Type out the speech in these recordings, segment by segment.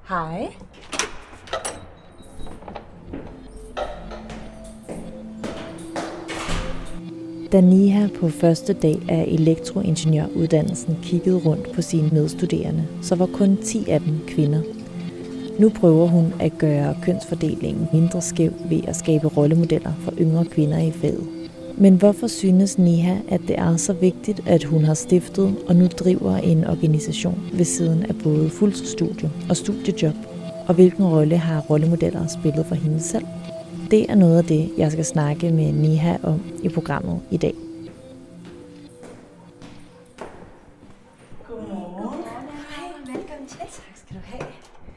Hej. Da Niha på første dag af elektroingeniøruddannelsen kiggede rundt på sine medstuderende, så var kun 10 af dem kvinder. Nu prøver hun at gøre kønsfordelingen mindre skæv ved at skabe rollemodeller for yngre kvinder i faget. Men hvorfor synes Niha, at det er så vigtigt, at hun har stiftet og nu driver en organisation ved siden af både fuldtidsstudie og studiejob? Og hvilken rolle har rollemodeller spillet for hende selv? Det er noget af det, jeg skal snakke med Niha om i programmet i dag. Godmorgen. Hej, velkommen til. Tak skal du have.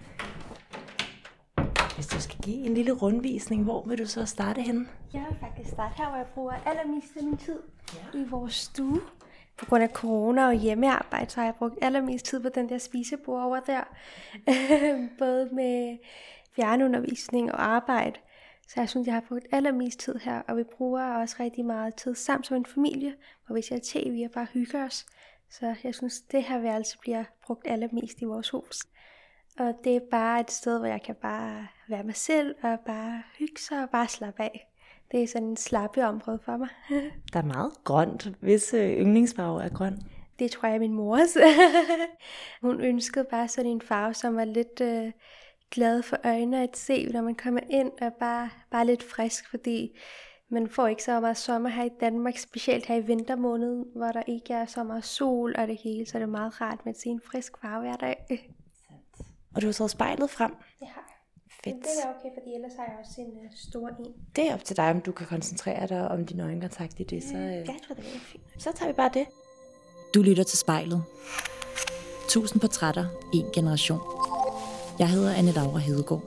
Hvis du skal give en lille rundvisning, hvor vil du så starte henne? Jeg vil faktisk starte her, hvor jeg bruger allermest af min tid i vores stue. På grund af corona og hjemmearbejde, så har jeg brugt allermest tid på den der spisebord over der. Både med fjernundervisning og arbejde. Så jeg synes, jeg har brugt allermest tid her, og vi bruger også rigtig meget tid sammen som en familie, hvor vi ser tv og bare hygger os. Så jeg synes, det her værelse bliver brugt allermest i vores hus. Og det er bare et sted, hvor jeg kan bare være mig selv og bare hygge sig og bare slappe af. Det er sådan en slappe område for mig. Der er meget grønt. Hvis yndlingsfarve er grøn? Det tror jeg er min mors. Hun ønskede bare sådan en farve, som var lidt glad for øjnene at se, når man kommer ind, og bare lidt frisk, fordi man får ikke så meget sommer her i Danmark, specielt her i vintermåneden, hvor der ikke er så meget sol og det hele, så er det meget rart med at se en frisk farve hver dag. Og du har taget spejlet frem? Det har jeg. Fedt. Men det er okay, fordi ellers har jeg også en stor en. Det er op til dig, om du kan koncentrere dig om din øjenkontakt i det. Så, Jeg tror, det er fint. så tager vi bare det. Du lytter til Spejlet. 1000 portrætter, en generation. Jeg hedder Anne Laura Hedegaard.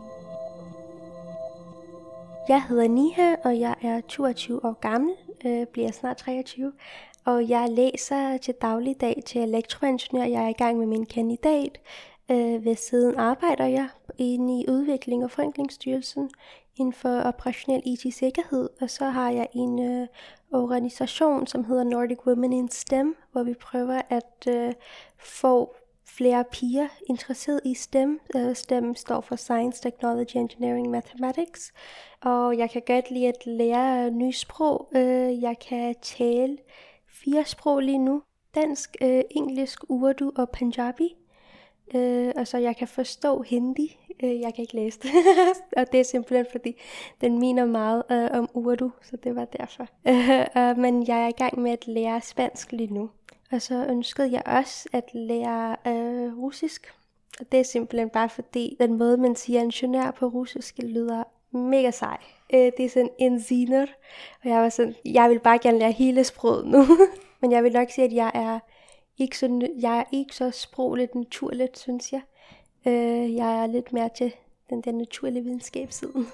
Jeg hedder Niha, og jeg er 22 år gammel, bliver snart 23. Og jeg læser til dagligdag til elektroingeniør. Jeg er i gang med min kandidat. Ved siden arbejder jeg inde i Udvikling- og Forenklingsstyrelsen inden for operationel IT-sikkerhed. Og så har jeg en organisation, som hedder Nordic Women in STEM, hvor vi prøver at få flere piger interesseret i STEM. STEM står for Science, Technology, Engineering, Mathematics. Og jeg kan godt lide at lære nye sprog. Jeg kan tale 4 sprog lige nu. Dansk, engelsk, urdu og punjabi. Og så jeg kan forstå hindi. Jeg kan ikke læse det. Og det er simpelthen fordi, den minder meget om urdu, så det var derfor. Men jeg er i gang med at lære spansk lige nu. Og så ønskede jeg også at lære russisk. Og det er simpelthen bare fordi, den måde man siger ingeniør på russisk lyder mega sej. Det er sådan inženør. Og jeg var sådan, jeg vil bare gerne lære hele sproget nu. Men jeg vil nok sige, at jeg er ikke så sprogligt naturligt, synes jeg. Jeg er lidt mere til den der naturlige videnskabssiden.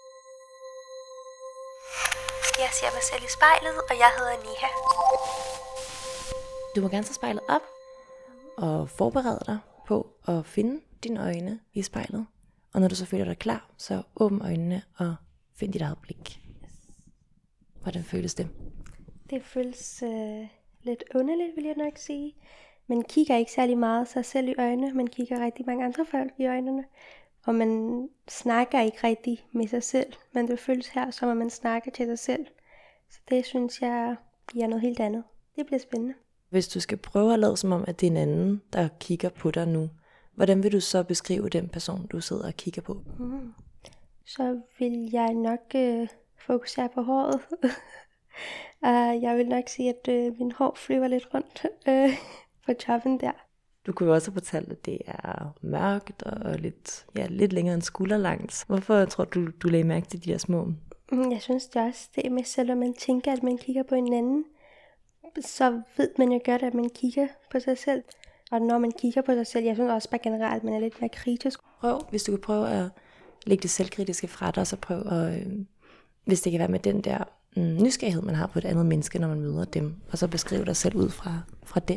Jeg ser mig selv i spejlet, og jeg hedder Niha. Du må gerne tage spejlet op og forberede dig på at finde dine øjne i spejlet. Og når du så føler dig klar, så åbn øjnene og find dit eget blik. Hvordan føles det? Det føles lidt underligt, vil jeg nok sige. Man kigger ikke særlig meget sig selv i øjnene. Man kigger rigtig mange andre folk i øjnene. Og man snakker ikke rigtig med sig selv. Men det føles her, som at man snakker til sig selv. Så det synes jeg giver noget helt andet. Det bliver spændende. Hvis du skal prøve at lade som om, at det er en anden, der kigger på dig nu, hvordan vil du så beskrive den person, du sidder og kigger på? Så vil jeg nok fokusere på håret. Jeg vil nok sige, at min hår flyver lidt rundt på toppen der. Du kunne jo også have fortalt, at det er mørkt og lidt længere end skulderlangt. Hvorfor tror du lagde mærke til de der små? Jeg synes det også, det med selvom man tænker, at man kigger på en anden, så ved man jo godt, at man kigger på sig selv. Og når man kigger på sig selv, jeg synes også bare generelt, at man er lidt mere kritisk. Hvis du kan prøve at lægge det selvkritiske fra dig, så prøv at, hvis det kan være med den der nysgerrighed, man har på et andet menneske, når man møder dem, og så beskrive dig selv ud fra det.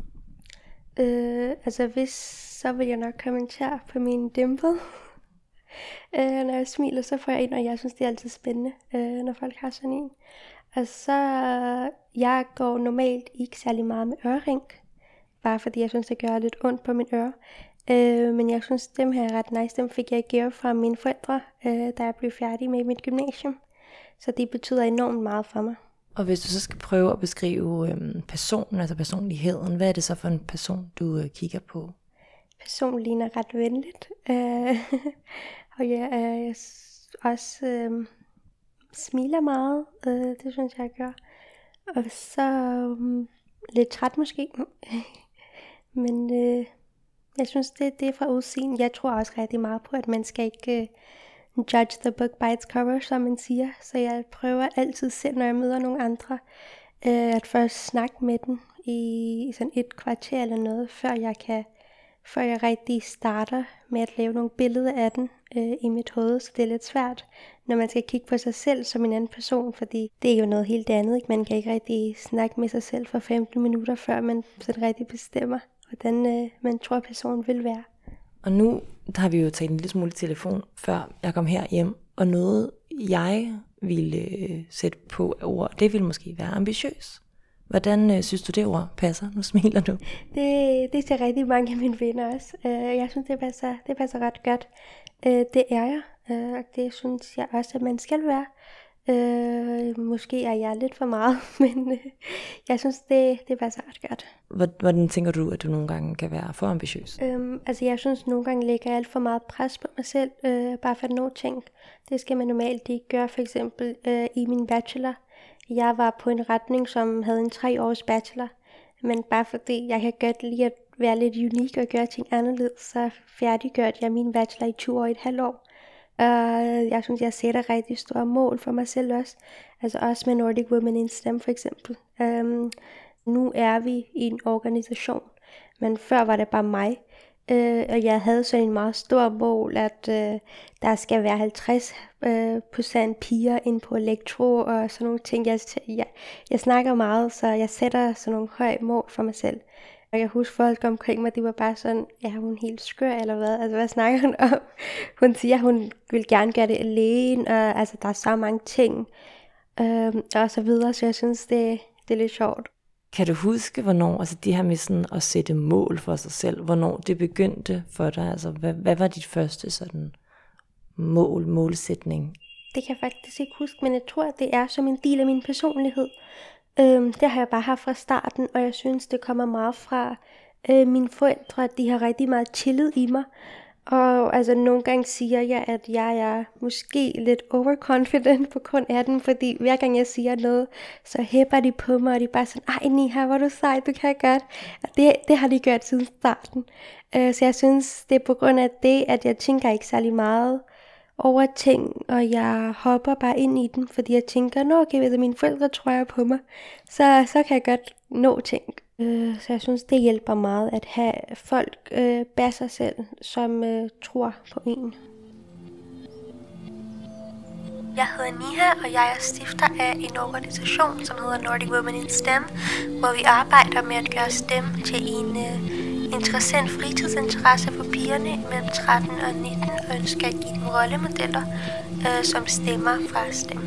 Så vil jeg nok kommentere på min dimple. Når jeg smiler, så får jeg en, og jeg synes, det er altid spændende, når folk har sådan en. Og så, jeg går normalt ikke særlig meget med ørering, bare fordi jeg synes, det gør lidt ondt på min øre. Men jeg synes, dem her er ret nice. Dem fik jeg i gave fra mine forældre, da jeg blev færdig med mit gymnasium. Så det betyder enormt meget for mig. Og hvis du så skal prøve at beskrive personen, altså personligheden, hvad er det så for en person, du kigger på? Personen ligner ret venligt. Og jeg også smiler meget. Det synes jeg gør. Og så lidt træt måske. Men jeg synes, det er fra udseen. Jeg tror også rigtig meget på, at man skal ikke judge the book by its cover, som man siger. Så jeg prøver altid selv, når jeg møder nogle andre, at først snakke med dem i sådan et kvarter eller noget, før jeg rigtig starter med at lave nogle billeder af den i mit hoved. Så det er lidt svært, når man skal kigge på sig selv som en anden person, fordi det er jo noget helt andet. Ikke? Man kan ikke rigtig snakke med sig selv for 15 minutter, før man sådan rigtig bestemmer, hvordan man tror, personen vil være. Og nu har vi jo talt en lille smule telefon, før jeg kom her hjem, og noget jeg ville sætte på ord, det ville måske være ambitiøs. Hvordan synes du det ord passer? Nu smiler du. Det siger rigtig mange af mine venner også. Jeg synes, det passer ret godt. Det er jeg, og det synes jeg også, at man skal være. Måske er jeg lidt for meget, men jeg synes, det passer ret godt. Hvordan tænker du, at du nogle gange kan være for ambitiøs? Altså jeg synes, nogle gange lægger jeg alt for meget pres på mig selv, bare for at nå ting. Det skal man normalt ikke gøre, for eksempel i min bachelor. Jeg var på en retning, som havde en 3 års bachelor, men bare fordi jeg kan godt lide at være lidt unik og gøre ting anderledes, så færdiggørte jeg min bachelor i 2 år og et halvt år. Jeg synes, jeg sætter rigtig store mål for mig selv også. Altså også med Nordic Women in STEM for eksempel. Nu er vi i en organisation, men før var det bare mig. Og jeg havde sådan en meget stor mål, at der skal være 50% piger ind på elektro og sådan nogle ting. Jeg snakker meget, så jeg sætter sådan nogle høje mål for mig selv. Og jeg husker folk omkring mig, de var bare sådan, ja, hun er helt skør eller hvad? Altså hvad snakker hun om? Hun siger, hun vil gerne gøre det alene, og altså der er så mange ting, og så videre. Så jeg synes, det er lidt sjovt. Kan du huske, hvornår, altså det her med sådan at sætte mål for sig selv, hvornår det begyndte for dig? Altså hvad var dit første sådan målsætning? Det kan jeg faktisk ikke huske, men jeg tror, at det er som en del af min personlighed. Det har jeg bare haft fra starten, og jeg synes, det kommer meget fra mine forældre, at de har rigtig meget tillid i mig. Og altså nogle gange siger jeg, at jeg er måske lidt overconfident på grund af den, fordi hver gang jeg siger noget, så hæpper de på mig, og de er bare sådan, ej Niha, hvor er du sej, du kan godt. Og det har de gjort siden starten. Så jeg synes, det er på grund af det, at jeg tænker ikke særlig meget over ting, og jeg hopper bare ind i den, fordi jeg tænker, nå okay, hvis mine forældre tror på mig, så kan jeg godt nå ting. Så jeg synes, det hjælper meget at have folk bag sig selv, som tror på en. Jeg hedder Niha, og jeg er stifter af en organisation, som hedder Nordic Women in STEM, hvor vi arbejder med at gøre STEM til en interessant fritidsinteresse for pigerne mellem 13 og 19, og ønsker at give dem rollemodeller, som stemmer fra STEM.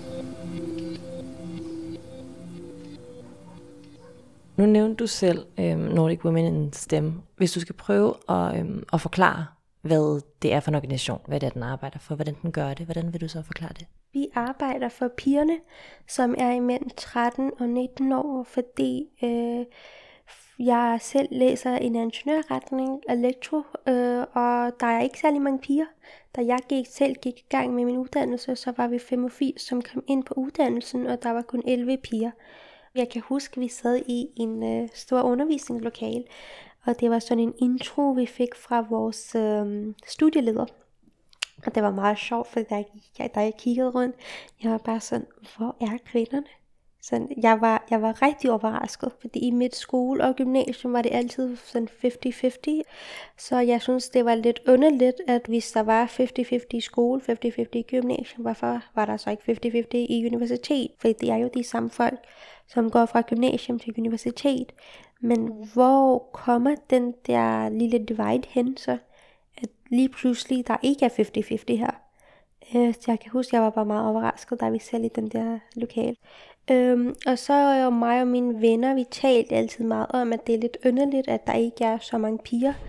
Nu nævnte du selv Nordic Women in STEM. Hvis du skal prøve at forklare, hvad det er for en organisation, hvad det er, den arbejder for, hvordan den gør det, hvordan vil du så forklare det? Vi arbejder for pigerne, som er imellem 13 og 19 år, fordi jeg selv læser en ingeniørretning, elektro, og der er ikke særlig mange piger. Da jeg selv gik i gang med min uddannelse, så var vi 85, som kom ind på uddannelsen, og der var kun 11 piger. Jeg kan huske, at vi sad i en stor undervisningslokale, og det var sådan en intro, vi fik fra vores studieleder. Og det var meget sjovt, for da jeg kiggede rundt, jeg var bare sådan, hvor er kvinderne? Så jeg var rigtig overrasket, fordi i mit skole og gymnasium var det altid sådan 50-50. Så jeg synes, det var lidt underligt, at hvis der var 50-50 i skole, 50-50 i gymnasium, hvorfor var der så ikke 50-50 i universitet? For det er jo de samme folk, som går fra gymnasium til universitet. Men hvor kommer den der lille divide hen, så at lige pludselig der ikke er 50-50 her? Så jeg kan huske, at jeg var bare meget overrasket, da vi selv i den der lokale. Og så mig og mine venner, vi talte altid meget om, at det er lidt underligt, at der ikke er så mange piger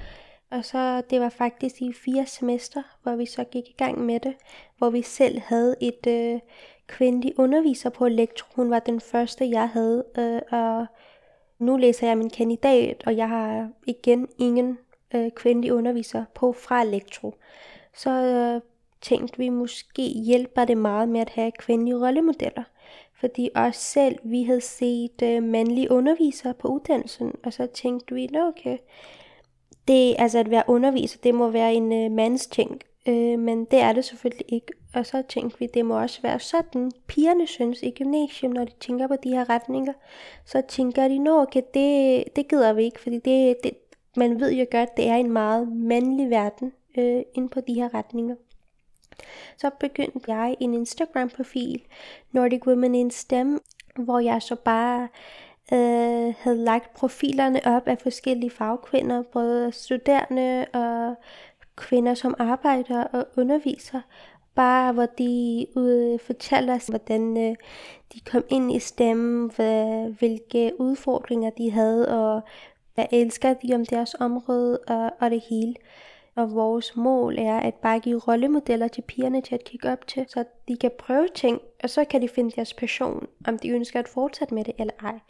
Og så det var faktisk i 4 semester, hvor vi så gik i gang med det, hvor vi selv havde et kvindelig underviser på elektro. Hun var den første, jeg havde, og nu læser jeg min kandidat, og jeg har igen ingen kvindelig underviser på fra elektro. Så tænkte vi, måske hjælper det meget med at have kvindelige rollemodeller. Fordi os selv, vi havde set mandlige undervisere på uddannelsen, og så tænkte vi, okay, det, altså at være underviser, det må være en mands ting, men det er det selvfølgelig ikke. Og så tænkte vi, det må også være sådan, pigerne synes i gymnasium, når de tænker på de her retninger, så tænker de, okay, det gider vi ikke, fordi det, man ved jo godt, det er en meget mandlig verden inde på de her retninger. Så begyndte jeg en Instagram-profil, Nordic Women in STEM, hvor jeg så bare havde lagt profilerne op af forskellige fagkvinder, både studerende og kvinder, som arbejder og underviser. Bare hvor de fortæller os, hvordan de kom ind i STEM, hvilke udfordringer de havde, og hvad elsker de om deres område og det hele. Og vores mål er at bare give rollemodeller til pigerne til at kigge op til, så de kan prøve ting, og så kan de finde deres passion, om de ønsker at fortsætte med det eller ej.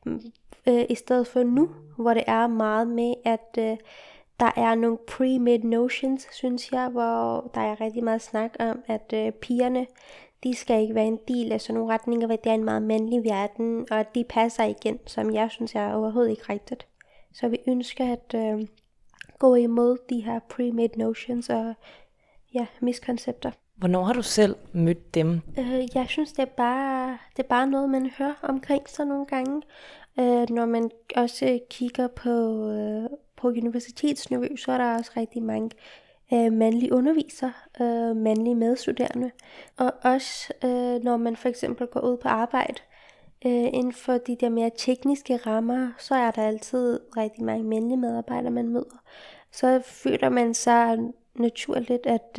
I stedet for nu, hvor det er meget med, at der er nogle pre-made notions, synes jeg, hvor der er rigtig meget snak om, at pigerne, de skal ikke være en del af sådan nogle retninger, hvor det er en meget mandlig verden, og de passer igen, som jeg synes er overhovedet ikke rigtigt. Så vi ønsker at gå imod de her pre-made notions og miskoncepter. Hvornår har du selv mødt dem? Jeg synes, det er bare noget, man hører omkring sig nogle gange. Når man også kigger på universitetsniveau, så er der også rigtig mange mandlige undervisere, mandlige medstuderende. Og også når man for eksempel går ud på arbejde, inden for de der mere tekniske rammer, så er der altid rigtig mange mandlige medarbejdere, man møder. Så føler man sig naturligt, at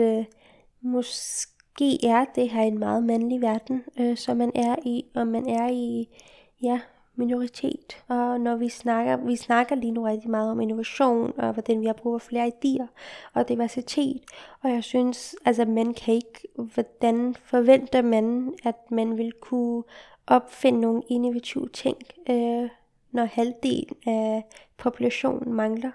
måske er det her en meget mandlig verden, som man er i, og man er i minoritet. Og når vi snakker lige nu rigtig meget om innovation, og hvordan vi har brug for flere idéer, og diversitet. Og jeg synes, altså man kan ikke, hvordan forventer man, at man vil kunne opfinde nogle innovative ting, når halvdelen af populationen mangler.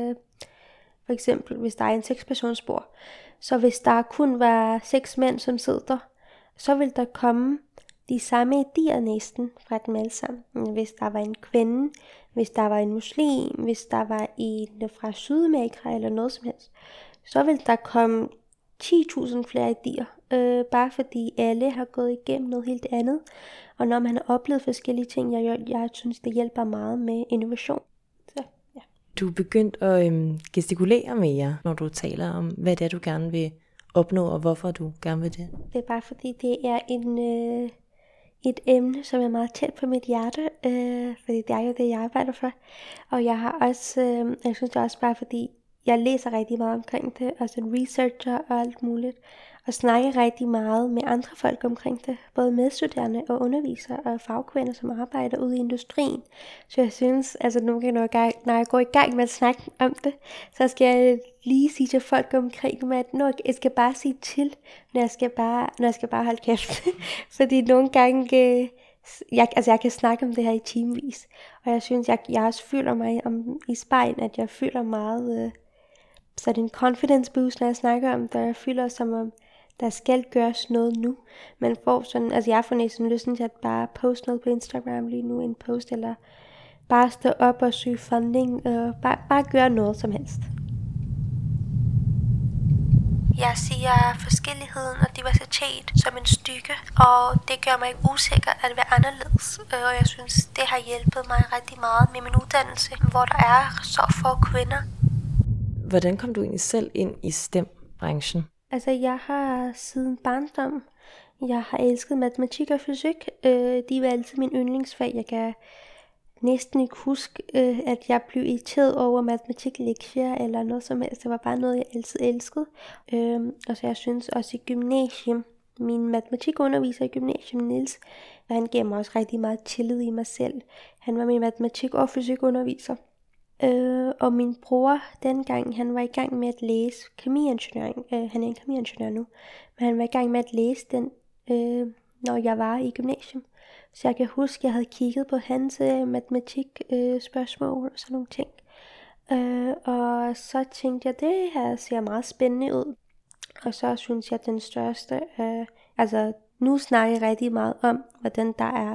For eksempel, hvis der er en 6-personsbord, så hvis der kun var 6 mænd, som sidder, så vil der komme de samme idéer næsten fra dem alle sammen. Hvis der var en kvinde, hvis der var en muslim, hvis der var en fra Sydamerika eller noget som helst, så vil der komme 10.000 flere idéer, bare fordi alle har gået igennem noget helt andet. Og når man har oplevet forskellige ting, jeg synes, det hjælper meget med innovation. Så, ja. Du er begyndt at gestikulere mere, når du taler om, hvad det er, du gerne vil opnå, og hvorfor du gerne vil det. Det er bare fordi, det er et emne, som er meget tæt på mit hjerte, fordi det er jo det, jeg arbejder for. Og jeg har også, jeg synes det er også bare fordi, jeg læser rigtig meget omkring det, og sådan researcher og alt muligt, og snakker rigtig meget med andre folk omkring det, både medstuderende og undervisere og fagkvinder, som arbejder ude i industrien. Så jeg synes, altså nogle gange, når jeg går i gang med at snakke om det, så skal jeg lige sige til folk omkring mig, at jeg skal bare sige til, når jeg skal bare holde kæft. Fordi nogle gange, jeg kan snakke om det her i timevis, og jeg synes, jeg også føler mig i spejlen, at jeg føler meget så det er en confidence boost, når jeg snakker om det. Jeg føler som om, der skal gøres noget nu. Man får sådan, altså jeg får næsten lysten til at bare poste noget på Instagram lige nu, en post, eller bare stå op og søge funding, og bare gøre noget som helst. Jeg siger forskelligheden og diversitet som en styrke, og det gør mig ikke usikker at være anderledes. Og jeg synes, det har hjulpet mig rigtig meget med min uddannelse, hvor der er så få kvinder. Hvordan kom du egentlig selv ind i STEM-branchen? Altså jeg har siden barndom, jeg har elsket matematik og fysik. De var altid min yndlingsfag. Jeg kan næsten ikke huske, at jeg blev irriteret over matematiklektier eller noget som helst. Det var bare noget, jeg altid elskede. Og så jeg synes også i gymnasium, min matematikunderviser i gymnasium, Niels, han gav mig også rigtig meget tillid i mig selv. Han var min matematik- og fysikunderviser. Og min bror, dengang han var i gang med at læse kemiingeniøring, han er en kemiingeniør nu, men han var i gang med at læse den, når jeg var i gymnasium. Så jeg kan huske, at jeg havde kigget på hans matematik spørgsmål og sådan nogle ting. Og så tænkte jeg, det her ser meget spændende ud. Og så synes jeg, at den største, nu snakker jeg rigtig meget om, hvordan der er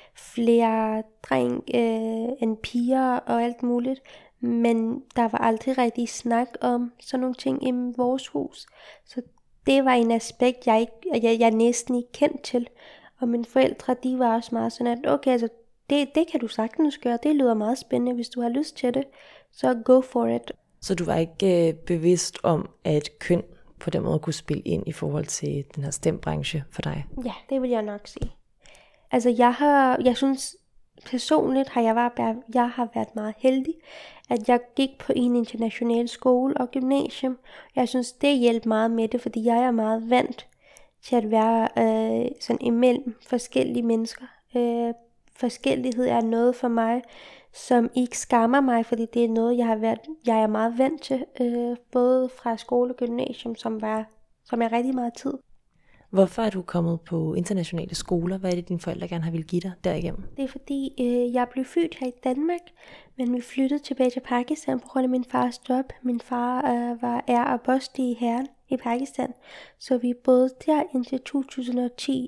flere dreng end piger og alt muligt. Men der var aldrig rigtig snak om sådan nogle ting i vores hus. Så det var en aspekt, jeg næsten ikke kendte til. Og mine forældre, de var også meget sådan, at okay, altså, det kan du sagtens gøre. Det lyder meget spændende, hvis du har lyst til det. Så go for it. Så du var ikke bevidst om, at køn på den måde kunne spille ind i forhold til den her stembranche for dig? Ja, det vil jeg nok sige. Altså jeg synes personligt, jeg har været meget heldig, at jeg gik på en international skole og gymnasium. Jeg synes, det hjalp meget med det, fordi jeg er meget vant til at være sådan imellem forskellige mennesker. Forskellighed er noget for mig, som ikke skammer mig, fordi det er noget, jeg er meget vant til, både fra skole og gymnasium, som er rigtig meget tid. Hvorfor er du kommet på internationale skoler? Hvad er det, dine forældre gerne har ville give dig derigennem? Det er fordi, jeg blev født her i Danmark, men vi flyttede tilbage til Pakistan på grund af min fars job. Min far er og boss i Hæren i Pakistan, så vi boede der indtil 2010.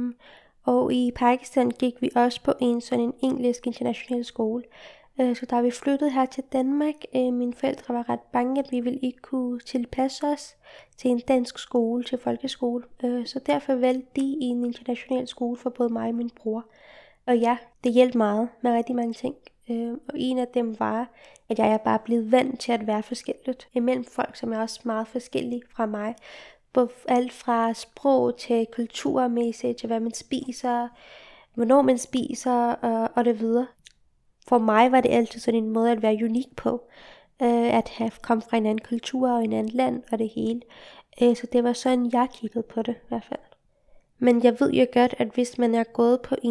Og i Pakistan gik vi også på en engelsk international skole. Så da vi flyttede her til Danmark, mine forældre var ret bange, at vi ville ikke kunne tilpasse os til en dansk skole, til folkeskole. Så derfor valgte de en international skole for både mig og min bror. Og ja, det hjalp meget med rigtig mange ting. Og en af dem var, at jeg er bare blevet vant til at være forskelligt imellem folk, som er også meget forskellige fra mig. Alt fra sprog til kulturmæssigt, til hvad man spiser, hvornår man spiser og det videre. For mig var det altid sådan en måde at være unik på, at have kommet fra en anden kultur og en anden land og det hele. Så det var sådan, jeg kiggede på det i hvert fald. Men jeg ved jo godt, at hvis man er gået på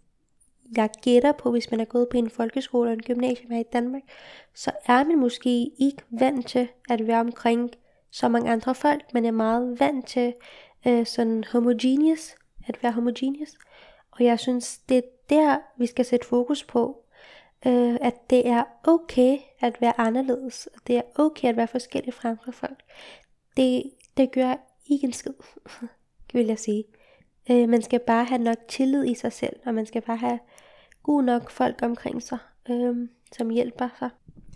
hvis man er gået på en folkeskole og en gymnasium her i Danmark, så er man måske ikke vant til at være omkring så mange andre folk. Man er meget vant til sådan at være homogeneous. Og jeg synes, det er der, vi skal sætte fokus på. At det er okay at være anderledes. Det er okay at være forskellig fra andre folk. Det gør ikke en skid, vil jeg sige. Man skal bare have nok tillid i sig selv, og man skal bare have gode nok folk omkring sig, som hjælper sig.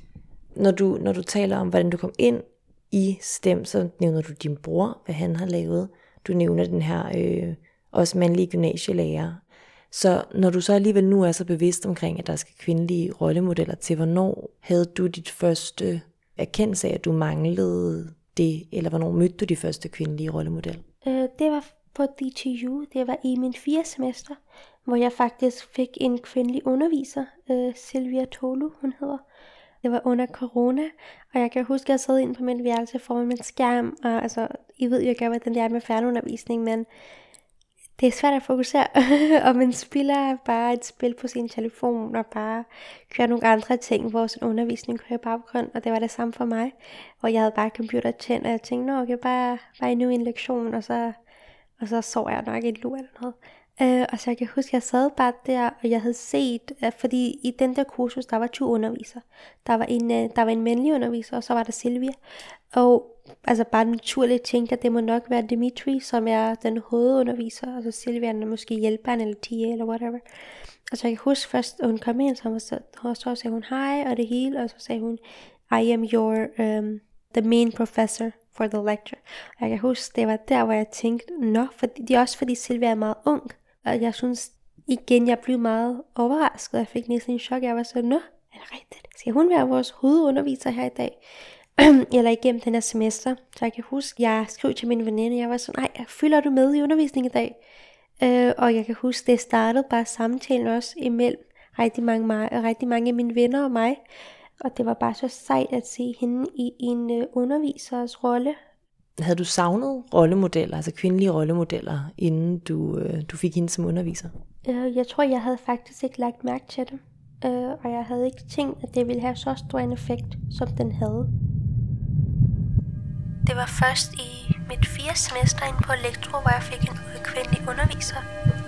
Når du taler om, hvordan du kom ind i STEM, så nævner du din bror, hvad han har lavet. Du nævner den her også mandlige gymnasielærer. Så når du så alligevel nu er så bevidst omkring, at der skal kvindelige rollemodeller til, hvornår havde du dit første erkendelse af, at du manglede det, eller hvornår mødte du de første kvindelige rollemodeller? Det var på DTU, det var i min 4. semester, hvor jeg faktisk fik en kvindelig underviser, Silvia Tolu, hun hedder. Det var under corona, og jeg kan huske, at jeg sad inde på min værelse foran min skærm, og altså, I ved jo ikke, hvordan det er med fjernundervisning, men det er svært at fokusere, og man spiller bare et spil på sin telefon, og bare kører nogle andre ting, hvor sådan undervisning kører i baggrund, og det var det samme for mig, hvor jeg havde bare computer tændt, og jeg tænkte, okay, bare endnu en lektion, og så sov jeg nok et lur eller noget. Og så jeg kan huske, at jeg sad bare der, og jeg havde set, fordi i den der kursus, der var 2 undervisere. Der var en mandlig underviser, og så var der Silvia. Og altså bare naturligt tænkte jeg, at det må nok være Dimitri, som er den hovedunderviser, og så Silvia er måske hjælperen eller TA eller whatever. Og så jeg kan huske først, at hun kom ind, så sagde hun hej og det hele, og så sagde hun, I am the main professor for the lecture. Og jeg kan huske, det var der, hvor jeg tænkte, det er også fordi Silvia er meget ung. Og jeg synes igen, jeg blev meget overrasket. Jeg fik næsten en chok. Jeg var så, er det rigtigt? Skal hun være vores hovedunderviser her i dag? Eller igennem den her semester. Så jeg kan huske, jeg skrev til min veninde, jeg var sådan, fylder du med i undervisning i dag? Og jeg kan huske, det startede bare samtalen også imellem rigtig mange af mine venner og mig. Og det var bare så sejt at se hende i en undervisers rolle. Havde du savnet rollemodeller, altså kvindelige rollemodeller, inden du fik hende som underviser? Jeg tror, jeg havde faktisk ikke lagt mærke til det. og jeg havde ikke tænkt, at det ville have så stor en effekt, som den havde. Det var først i mit 4. semester inde på elektro, hvor jeg fik en kvindelig underviser.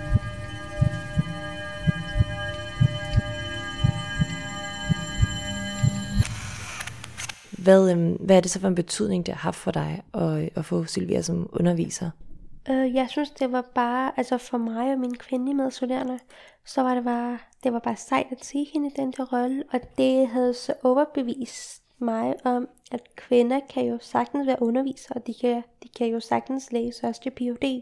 Hvad er det så for en betydning, det har haft for dig at få Sylvia som underviser? Jeg synes, det var bare, altså for mig og mine kvindelige medstuderende, så var det var bare sejt at se hende i den der rolle, og det havde så overbevist mig om, at kvinder kan jo sagtens være undervisere, og de kan jo sagtens læse også til Ph.D.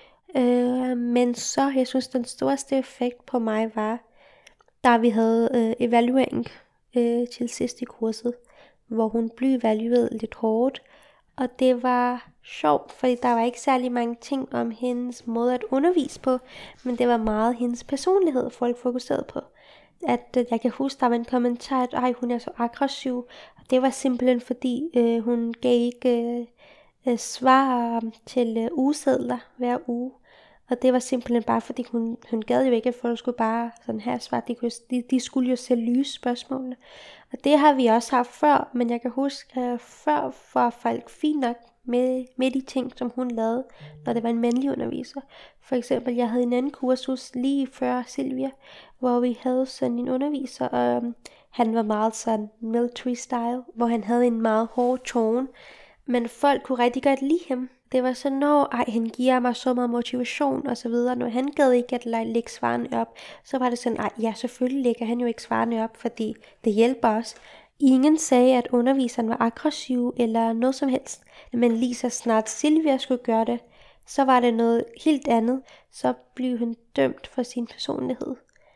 Men så, jeg synes, den største effekt på mig var, da vi havde evaluering til sidst i kurset, hvor hun blev evalueret lidt hårdt. Og det var sjovt, fordi der var ikke særlig mange ting om hendes måde at undervise på, men det var meget hendes personlighed, folk fokuserede på. At jeg kan huske, der var en kommentar, at hun er så aggressiv. Og det var simpelthen fordi, hun gav ikke svar til ugesedler hver uge. Og det var simpelthen bare fordi, hun gad jo ikke, at folk skulle bare sådan her svar. De skulle jo selv lyse spørgsmålene. Og det har vi også haft før, men jeg kan huske, at før var folk fint nok med de ting, som hun lavede, når det var en mandlig underviser. For eksempel, jeg havde en anden kursus lige før Sylvia, hvor vi havde sådan en underviser, og han var meget sådan military style, hvor han havde en meget hård tone, men folk kunne rigtig godt lide ham. Det var sådan, han giver mig så meget motivation og så videre. Når han gad ikke at lægge svarene op, så var det sådan, ja, selvfølgelig lægger han jo ikke svarene op, fordi det hjælper os. Ingen sagde, at underviseren var aggressiv eller noget som helst. Men lige så snart Sylvia skulle gøre det, så var det noget helt andet. Så blev hun dømt for sin personlighed.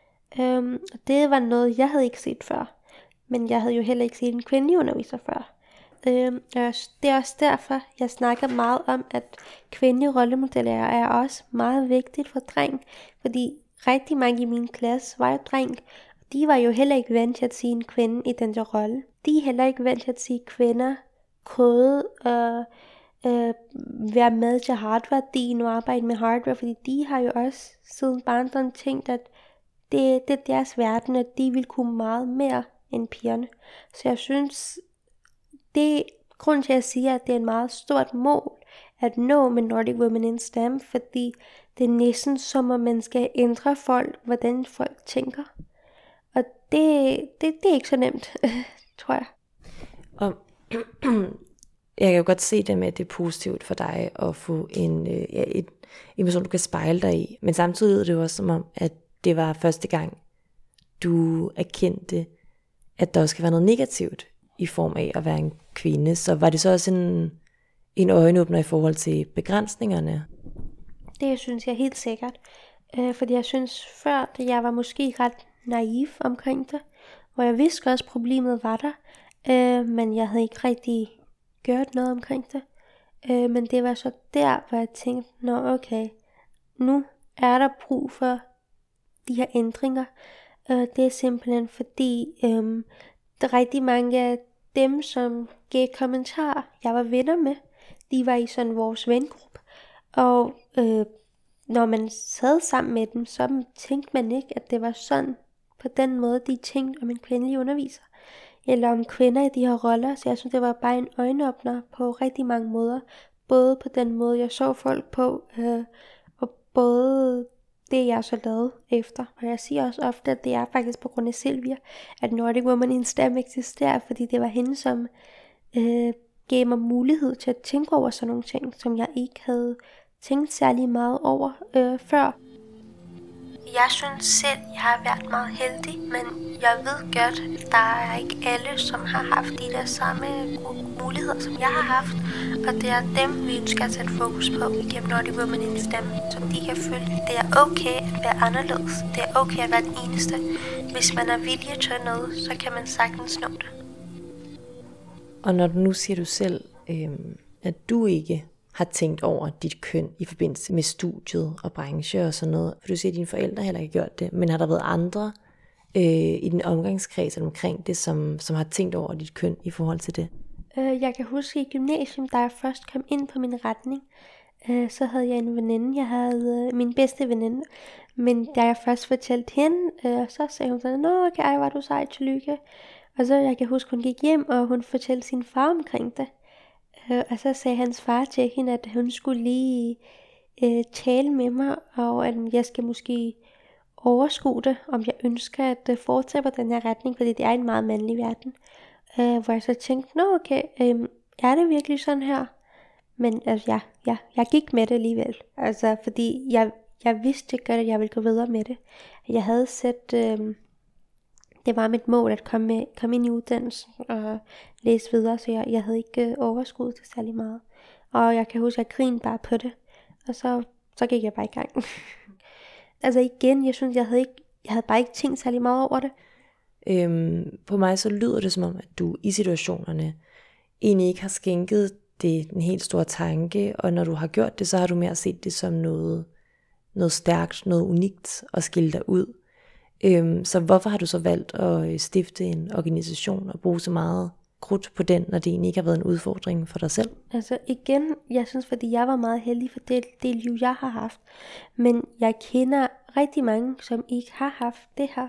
Det var noget, jeg havde ikke set før. Men jeg havde jo heller ikke set en kvindelig underviser før. Det er også derfor, jeg snakker meget om, at kvindelige rollemodeller er også meget vigtigt for dreng. Fordi rigtig mange i min klasse var jo dreng. Og de var jo heller ikke vant til at se en kvinde i den der rolle. De er heller ikke vant til at se kvinder kode og være med til hardware-delen og arbejde med hardware. Fordi de har jo også siden barndom tænkt, at det er deres verden, at de vil kunne meget mere end pigerne. Så jeg synes, det er grund til at sige, at det er et meget stort mål at nå med Nordic Women in STEM, fordi det er næsten som om man skal ændre folk, hvordan folk tænker. Og det er ikke så nemt, tror jeg. Og jeg kan jo godt se det med, at det er positivt for dig at få en person, du kan spejle dig i. Men samtidig er det jo også som om, at det var første gang, du erkendte, at der også kan være noget negativt i form af at være en kvinde. Så var det så også en øjenåbner i forhold til begrænsningerne? Det synes jeg helt sikkert. Fordi jeg synes før, at jeg var måske ret naiv omkring det. Hvor jeg vidste også, at problemet var der. Men jeg havde ikke rigtig gjort noget omkring det. Men det var så der, hvor jeg tænkte, okay, nu er der brug for de her ændringer. Det er simpelthen fordi, der er rigtig mange af dem, som gav kommentarer, jeg var venner med, de var i sådan vores vengruppe. Og når man sad sammen med dem, så tænkte man ikke, at det var sådan, på den måde, de tænkte om en kvindelig underviser. Eller om kvinder i de her roller. Så jeg synes, det var bare en øjenåbner på rigtig mange måder. Både på den måde, jeg så folk på, og både det, jeg så lavede efter. Og jeg siger også ofte, at det er faktisk på grund af Sylvia, at Nordic Women in STEM eksisterer, fordi det var hende, som gav mig mulighed til at tænke over sådan nogle ting, som jeg ikke havde tænkt særlig meget over før. Jeg synes selv, jeg har været meget heldig, men jeg ved godt, at der er ikke alle, som har haft de der samme muligheder, som jeg har haft. Og det er dem, vi ønsker at sætte fokus på igennem Nordic Women in STEM, som de kan føle. Det er okay at være anderledes. Det er okay at være den eneste. Hvis man er villig til noget, så kan man sagtens nå det. Og når du nu siger du selv, at du ikke har tænkt over dit køn i forbindelse med studiet og branche og sådan noget. For du siger, at dine forældre heller ikke har gjort det. Men har der været andre i din omgangskreds omkring det, som har tænkt over dit køn i forhold til det? Jeg kan huske i gymnasium, da jeg først kom ind på min retning, Så havde jeg en veninde, jeg havde min bedste veninde. Men da jeg først fortalte hende, så sagde hun sådan, nå okay, ej, var du sej, tillykke. Og så jeg kan huske, hun gik hjem, og hun fortalte sin far omkring det. Og så sagde hans far til hende, at hun skulle lige tale med mig, og at jeg skal måske overskue det, om jeg ønsker at fortsætte på den her retning, fordi det er en meget mandlig verden. Hvor jeg så tænkte, nå okay, er det virkelig sådan her? Men altså, jeg gik med det alligevel. Altså, fordi jeg vidste godt, at jeg ville gå videre med det. Jeg havde set, det var mit mål at komme ind i uddannelsen og læse videre, så jeg havde ikke overskud til særlig meget. Og jeg kan huske, at jeg grinede bare på det. Og så gik jeg bare i gang. Altså igen, jeg synes, jeg havde bare ikke tænkt særlig meget over det. På mig så lyder det som om, at du i situationerne egentlig ikke har skænket det en helt stor tanke, og når du har gjort det, så har du mere set det som noget stærkt, noget unikt at skille dig ud. Så hvorfor har du så valgt at stifte en organisation og bruge så meget krudt på den, når det egentlig ikke har været en udfordring for dig selv? Altså igen, jeg synes, fordi jeg var meget heldig for det liv, jeg har haft. Men jeg kender rigtig mange, som ikke har haft det her.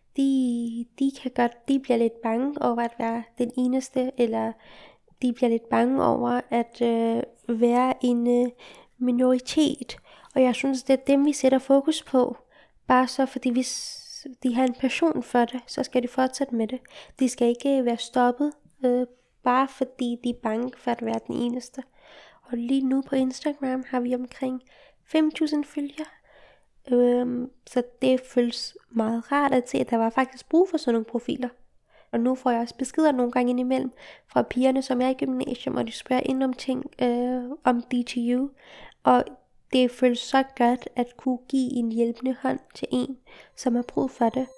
De bliver lidt bange over at være den eneste, eller de bliver lidt bange over at være en minoritet. Og jeg synes, det er dem, vi sætter fokus på. Bare så, fordi hvis de har en passion for det, så skal de fortsætte med det. De skal ikke være stoppet, bare fordi de er bange for at være den eneste. Og lige nu på Instagram har vi omkring 5.000 følgere. Så det føles meget rart at se, at der var faktisk brug for sådan nogle profiler. Og nu får jeg også beskeder nogle gange indimellem fra pigerne, som er i gymnasium, og de spørger ind om ting om DTU. Og det føles så godt at kunne give en hjælpende hånd til en, som har brug for det.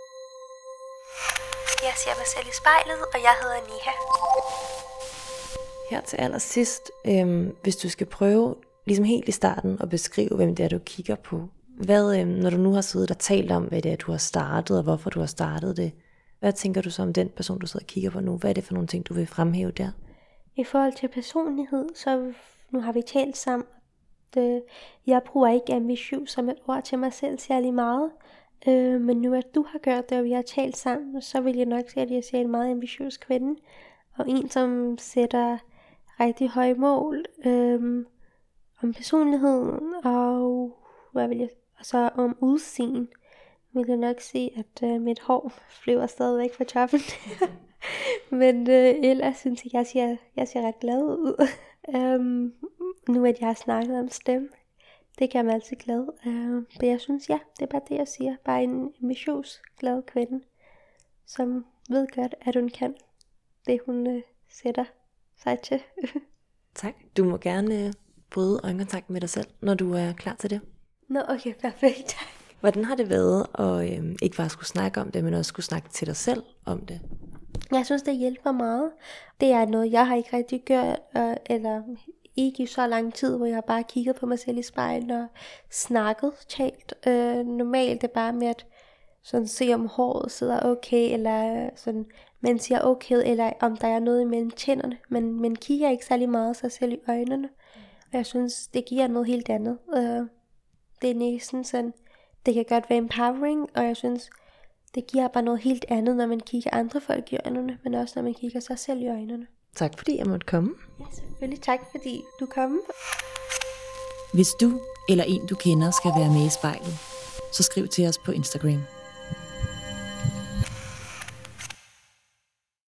Jeg ser mig selv i spejlet, og jeg hedder Niha. Her til allersidst, hvis du skal prøve ligesom helt i starten at beskrive, hvem det er, du kigger på. Hvad, når du nu har siddet og talt om, hvad det er, du har startet, og hvorfor du har startet det, hvad tænker du så om den person, du sidder og kigger på nu? Hvad er det for nogle ting, du vil fremhæve der? I forhold til personlighed, så nu har vi talt sammen. Jeg bruger ikke ambitiøs som et ord til mig selv særlig meget. Men nu at du har gjort det, og vi har talt sammen, så vil jeg nok sige, at jeg ser en meget ambitiøs kvinde. Og en, som sætter rigtig høje mål om personligheden, og så om udseende. Vil jeg nok sige, at mit hår flyver stadigvæk fra toppen. Men ellers synes jeg ser ret glad ud. Nu at jeg har snakket om stemme, det gør mig altid glad. Men jeg synes, det er bare det, jeg siger. Bare en ambitiøs, glad kvinde, som ved godt, at hun kan det, hun sætter sig til. Tak. Du må gerne bryde øjenkontakt med dig selv, når du er klar til det. Nå, okay, perfekt. Hvordan har det været at ikke bare skulle snakke om det, men også skulle snakke til dig selv om det? Jeg synes, det hjælper meget. Det er noget, jeg har ikke rigtig gjort, eller ikke i så lang tid, hvor jeg har bare kigget på mig selv i spejlet og talt. Normalt det er bare med at sådan se, om håret sidder okay, eller sådan, man siger okay, eller om der er noget imellem tænderne. Men man kigger ikke særlig meget sig selv i øjnene. Og jeg synes, det giver noget helt andet. Det er næsten sådan, det kan godt være empowering, og jeg synes, det giver bare noget helt andet, når man kigger andre folk i øjnene, men også når man kigger sig selv i øjnene. Tak fordi jeg måtte komme. Ja, selvfølgelig. Tak fordi du kom. Hvis du eller en du kender skal være med i spejlet, så skriv til os på Instagram.